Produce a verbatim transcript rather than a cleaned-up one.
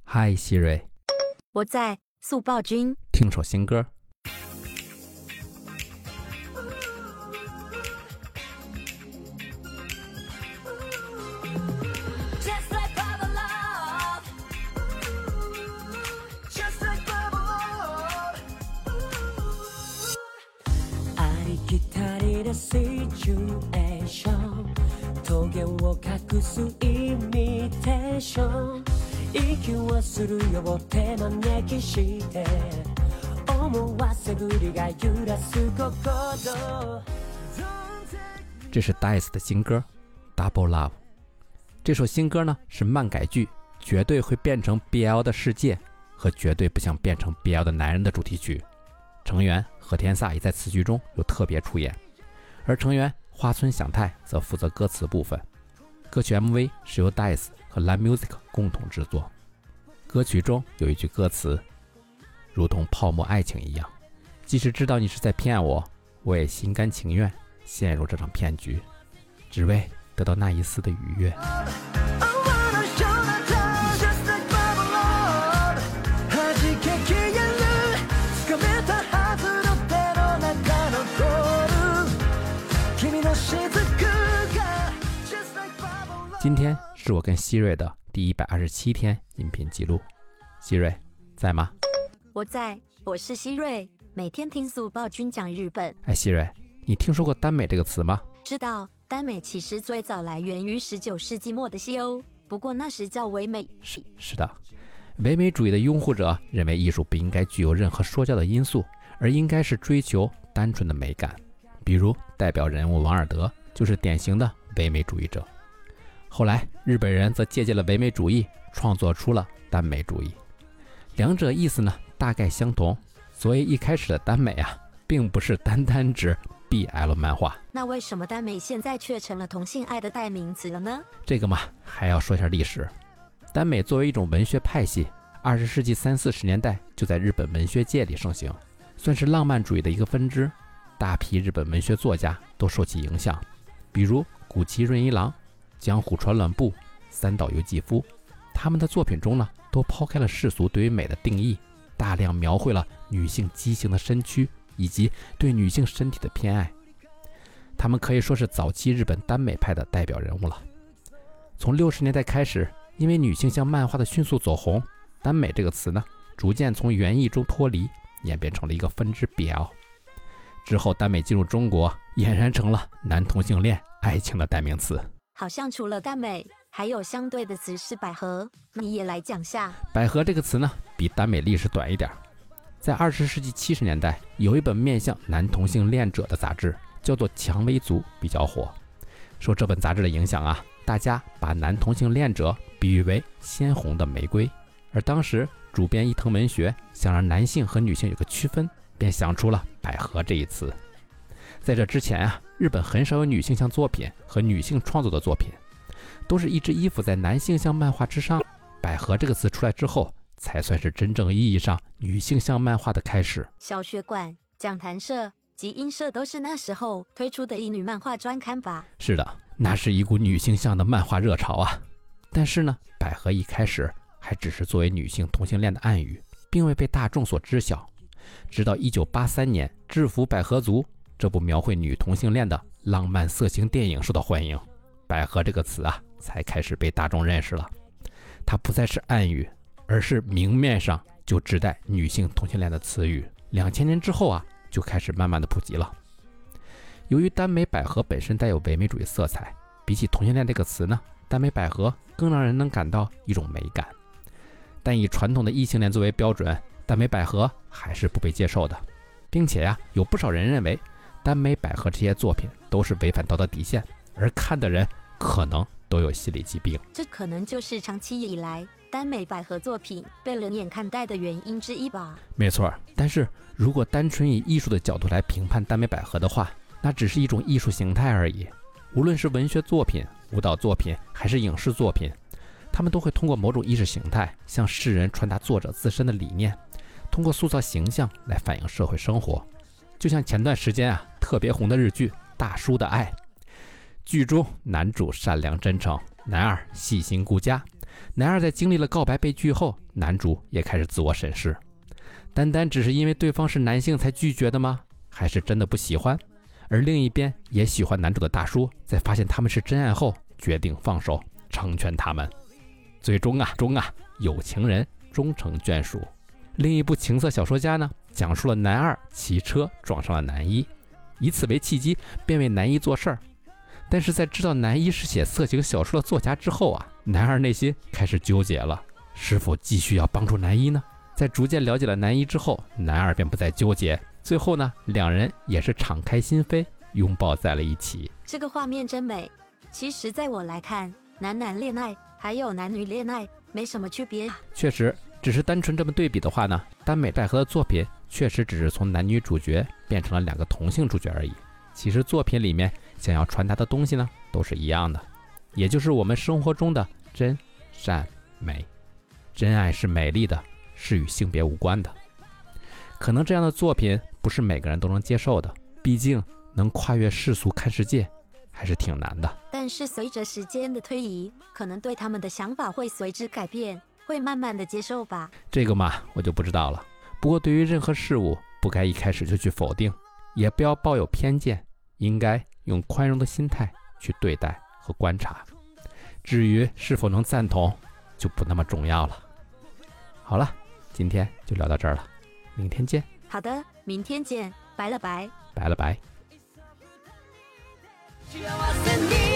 嗨，希瑞， 我在速报君， 听首新歌。 影を隠すイミテーション息をするよう手招きして思わせぶりが揺らす心。 这是 Dice 的新歌 Double Love。 这首新歌呢是漫改剧绝对会变成 B L 的世界和绝对不想变成 B L 的男人的主题曲。成员和田萨也在此剧中有特别出演，而成员花村响太则负责歌词部分。歌曲 M V 是由 Dice 和 Line Music 共同制作。歌曲中有一句歌词，如同泡沫爱情一样，即使知道你是在骗我，我也心甘情愿陷入这场骗局，只为得到那一丝的愉悦。今天是我跟希瑞的第一百二十七天音频记录，希瑞在吗？ 我在，我是希瑞，每天听速报君讲日本。 哎，希瑞，你听说过耽美这个词吗？ 知道，耽美其实最早来源于十九世纪末的西欧，不过那时叫唯美。 是是的，唯美主义的拥护者认为艺术不应该具有任何说教的因素，而应该是追求单纯的美感。比如代表人物王尔德就是典型的唯美主义者。后来日本人则借鉴了唯美主义，创作出了耽美主义。两者意思呢大概相同，所以一开始的耽美啊并不是单单指 B L 漫画。 那为什么耽美现在却成了同性爱的代名词了呢？ 这个嘛还要说一下历史。耽美作为一种文学派系，二十世纪三四十年代就在日本文学界里盛行，算是浪漫主义的一个分支。大批日本文学作家都受其影响，比如谷崎润一郎、江户川乱步、三岛由纪夫，他们的作品中呢，都抛开了世俗对于美的定义，大量描绘了女性畸形的身躯以及对女性身体的偏爱。他们可以说是早期日本耽美派的代表人物了。从六十年代开始，因为女性向漫画的迅速走红，耽美这个词呢，逐渐从原意中脱离，演变成了一个分支 B L。之后耽美进入中国，俨然成了男同性恋爱情的代名词。 好像除了耽美，还有相对的词是百合，你也来讲下。 百合这个词呢，比耽美历史短一点。在二十世纪七十年代，有一本面向男同性恋者的杂志，叫做《蔷薇族》，比较火。受这本杂志的影响啊，大家把男同性恋者比喻为鲜红的玫瑰。而当时主编伊藤文学想让男性和女性有个区分，便想出了百合这一词。在这之前啊，日本很少有女性向作品和女性创作的作品，都是一直依附在男性向漫画之上。百合这个词出来之后，才算是真正意义上女性向漫画的开始。 小学馆、讲谈社及音社都是那时候推出的一女漫画专刊吧？ 是的，那是一股女性向的漫画热潮啊。但是呢，百合一开始还只是作为女性同性恋的暗语，并未被大众所知晓。直到一九八三年，《制服百合族》这部描绘女同性恋的浪漫色情电影受到欢迎，百合这个词啊才开始被大众认识了。它不再是暗语，而是明面上就指代女性同性恋的词语。两千年之后啊，就开始慢慢的普及了。由于耽美百合本身带有唯美主义色彩，比起同性恋这个词呢，耽美百合更让人能感到一种美感。但以传统的异性恋作为标准，耽美百合还是不被接受的，并且呀、啊，有不少人认为耽美百合这些作品都是违反道德底线，而看的人可能都有心理疾病。 这可能就是长期以来耽美百合作品被冷眼看待的原因之一吧。 没错，但是如果单纯以艺术的角度来评判耽美百合的话，那只是一种艺术形态而已。无论是文学作品、舞蹈作品还是影视作品，他们都会通过某种意识形态向世人传达作者自身的理念，通过塑造形象来反映社会生活。就像前段时间啊特别红的日剧《大叔的爱》，剧中男主善良真诚，男二细心顾家， 男二在经历了告白被拒后，男主也开始自我审视，单单只是因为对方是男性才拒绝的吗？还是真的不喜欢？而另一边也喜欢男主的大叔，在发现他们是真爱后，决定放手成全他们。最终啊，终啊，有情人终成眷属。另一部情色小说家呢，讲述了男二骑车撞上了男一，以此为契机，便为男一做事儿。但是在知道男一是写色情小说的作家之后啊，男二内心开始纠结了，是否继续要帮助男一呢？在逐渐了解了男一之后，男二便不再纠结，最后呢，两人也是敞开心扉，拥抱在了一起。 这个画面真美。其实在我来看，男男恋爱还有男女恋爱没什么区别。 确实，只是单纯这么对比的话呢，耽美百合的作品确实只是从男女主角变成了两个同性主角而已。其实作品里面想要传达的东西呢，都是一样的，也就是我们生活中的真善美。真爱是美丽的，是与性别无关的。可能这样的作品不是每个人都能接受的，毕竟能跨越世俗看世界还是挺难的。 但是随着时间的推移，可能对他们的想法会随之改变，会慢慢的接受吧。 这个嘛，我就不知道了。不过对于任何事物，不该一开始就去否定，也不要抱有偏见，应该用宽容的心态去对待和观察。至于是否能赞同，就不那么重要了。好了，今天就聊到这儿了，明天见。 好的，明天见，拜了拜。 拜了拜。 幸せに